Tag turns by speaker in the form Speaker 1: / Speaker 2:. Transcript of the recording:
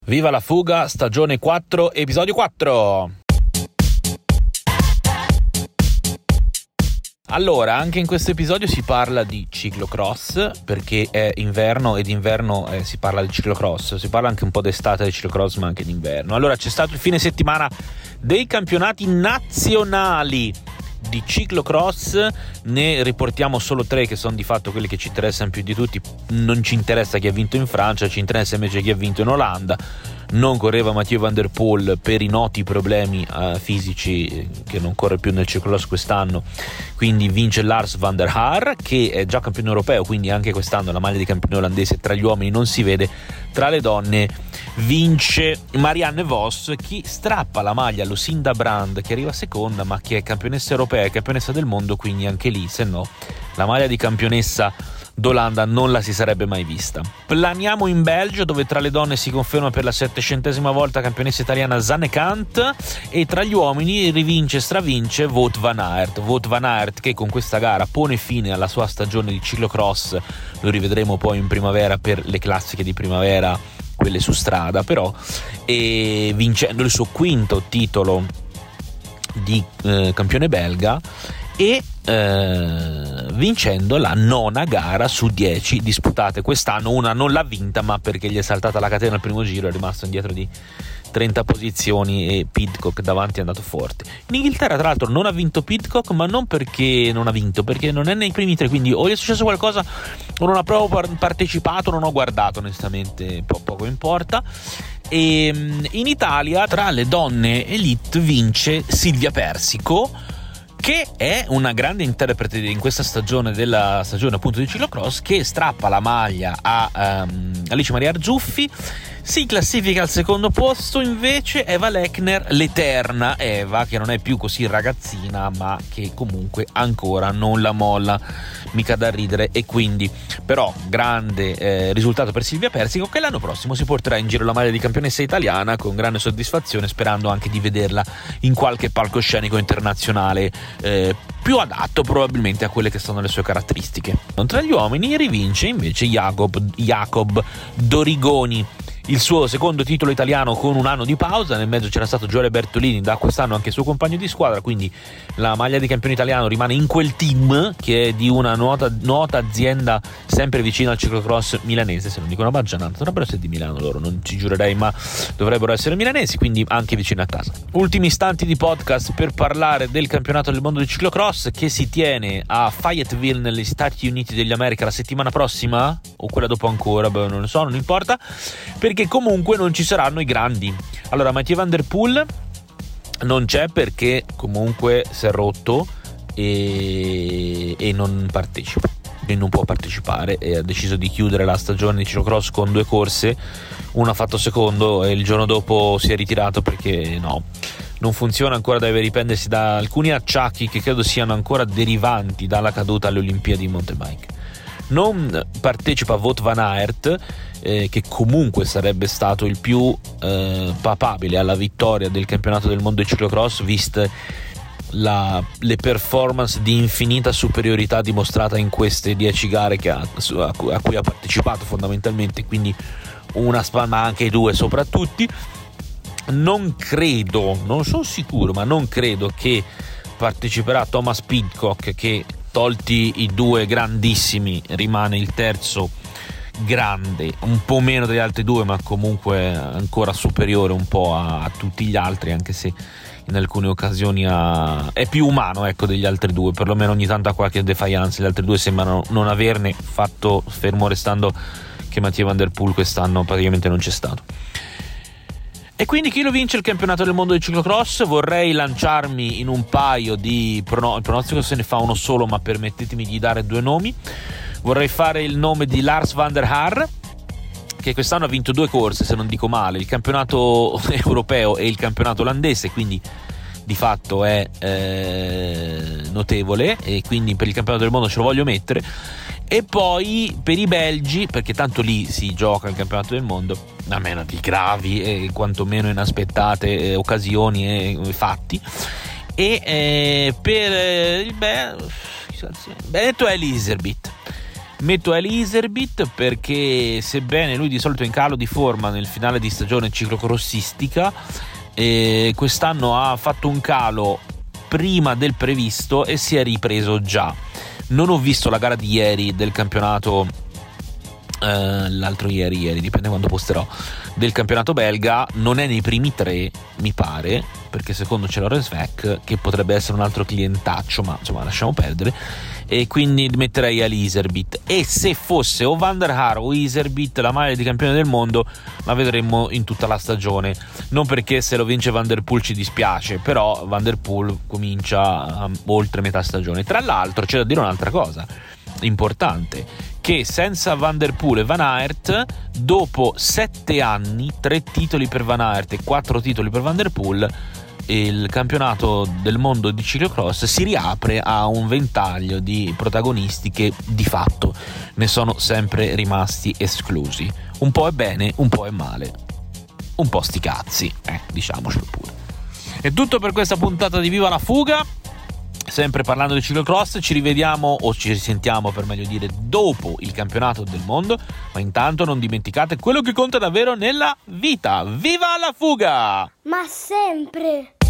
Speaker 1: Viva la fuga, stagione 4, episodio 4. Allora, anche in questo episodio si parla di ciclocross, perché è inverno e d'inverno si parla di ciclocross, si parla anche un po' d'estate di ciclocross, ma anche d'inverno. Allora, c'è stato il fine settimana dei campionati nazionali di ciclocross, ne riportiamo solo 3 che sono di fatto quelli che ci interessano più di tutti. Non ci interessa chi ha vinto in Francia, ci interessa invece chi ha vinto in Olanda. Non correva Mathieu van der Poel per i noti problemi fisici, che non corre più nel ciclocross quest'anno, quindi vince Lars van der Haar, che è già campione europeo, quindi anche quest'anno la maglia di campione olandese tra gli uomini non si vede. Tra le donne vince Marianne Vos, chi strappa la maglia Lucinda Brand, che arriva seconda ma che è campionessa europea e campionessa del mondo, quindi anche lì, se no, la maglia di campionessa d'Olanda non la si sarebbe mai vista. Planiamo in Belgio, dove tra le donne si conferma per la 700ª volta campionessa italiana Zanne Kant, e tra gli uomini rivince stravince Wout van Aert, che con questa gara pone fine alla sua stagione di ciclocross. Lo rivedremo poi in primavera per le classiche di primavera, quelle su strada però, e vincendo il suo quinto titolo di campione belga e vincendo la 9ª gara su 10 disputate quest'anno. Una non l'ha vinta, ma perché gli è saltata la catena al primo giro, è rimasto indietro di 30 posizioni e Pidcock davanti è andato forte. In Inghilterra tra l'altro non ha vinto Pidcock, ma non perché non ha vinto, perché non è nei primi 3, quindi o gli è successo qualcosa o non ha proprio partecipato, non ho guardato onestamente, poco importa. E in Italia tra le donne elite vince Silvia Persico, che è una grande interprete in questa stagione, della stagione appunto di ciclocross, che strappa la maglia a Alice Maria Arzuffi. Si classifica al secondo posto invece Eva Lechner, l'eterna Eva, che non è più così ragazzina ma che comunque ancora non la molla, mica da ridere. E quindi però grande risultato per Silvia Persico, che l'anno prossimo si porterà in giro la maglia di campionessa italiana con grande soddisfazione, sperando anche di vederla in qualche palcoscenico internazionale più adatto probabilmente a quelle che sono le sue caratteristiche. Tra gli uomini rivince invece Jacob Dorigoni, il suo secondo titolo italiano con un anno di pausa. Nel mezzo c'era stato Gioele Bertolini, da quest'anno anche suo compagno di squadra, quindi la maglia di campione italiano rimane in quel team che è di una nota azienda sempre vicina al ciclocross milanese. Se non dico una baggianata, dovrebbero essere di Milano loro, non ci giurerei, ma dovrebbero essere milanesi, quindi anche vicino a casa. Ultimi istanti di podcast per parlare del campionato del mondo di ciclocross, che si tiene a Fayetteville negli Stati Uniti degli America la settimana prossima o quella dopo ancora, non lo so, non importa, perché comunque non ci saranno i grandi. Allora, Mathieu van der Poel non c'è perché comunque si è rotto e non partecipa, e non può partecipare, e ha deciso di chiudere la stagione di ciclocross con 2 corse, una ha fatto secondo e il giorno dopo si è ritirato perché non funziona ancora, deve riprendersi da alcuni acciacchi che credo siano ancora derivanti dalla caduta alle Olimpiadi di mountain bike. Non partecipa Wout van Aert, che comunque sarebbe stato il più papabile alla vittoria del campionato del mondo di ciclocross, viste le performance di infinita superiorità dimostrata in queste 10 gare a cui ha partecipato fondamentalmente, quindi una ma anche 2 soprattutto. Non sono sicuro, ma non credo che parteciperà Thomas Pidcock, che tolti i 2 grandissimi rimane il terzo grande, un po' meno degli altri 2, ma comunque ancora superiore un po' a tutti gli altri, anche se in alcune occasioni è più umano, ecco, degli altri 2, perlomeno ogni tanto ha qualche defiance. Gli altri 2 sembrano non averne, fatto fermo restando che Mathieu van der Poel quest'anno praticamente non c'è stato. E quindi chi lo vince il campionato del mondo di ciclocross? Vorrei lanciarmi in un paio di il pronostico se ne fa uno solo, ma permettetemi di dare 2 nomi. Vorrei fare il nome di Lars van der Haar, che quest'anno ha vinto 2 corse, se non dico male, il campionato europeo e il campionato olandese, quindi di fatto è notevole, e quindi per il campionato del mondo ce lo voglio mettere. E poi per i belgi, perché tanto lì si gioca il campionato del mondo, a meno di gravi e quantomeno inaspettate occasioni e fatti. E per il Benetton e l'Iserbyt. Metto Eli Iserbyt perché, sebbene lui di solito è in calo di forma nel finale di stagione ciclocrossistica, quest'anno ha fatto un calo prima del previsto e si è ripreso già. Non ho visto la gara di ieri del campionato, l'altro ieri, dipende quando posterò, del campionato belga. Non è nei primi 3, mi pare, perché secondo c'è Lorenz Vec, che potrebbe essere un altro clientaccio, ma insomma lasciamo perdere, e quindi metterei Eli Iserbyt. E se fosse o Van der Haar o Iserbyt la maglia di campione del mondo, la vedremmo in tutta la stagione. Non perché se lo vince Van der Poel ci dispiace, però Van der Poel comincia oltre metà stagione. Tra l'altro c'è da dire un'altra cosa importante, che senza Van der Poel e Van Aert, dopo 7 anni, 3 titoli per Van Aert e 4 titoli per Van der Poel, il campionato del mondo di ciclocross si riapre a un ventaglio di protagonisti che di fatto ne sono sempre rimasti esclusi. Un po' è bene, un po' è male, un po' sti cazzi, diciamocelo pure. È tutto per questa puntata di Viva la Fuga. Sempre parlando di ciclocross, ci rivediamo, o ci risentiamo per meglio dire, dopo il campionato del mondo, ma intanto non dimenticate quello che conta davvero nella vita. Viva la fuga!
Speaker 2: Ma sempre!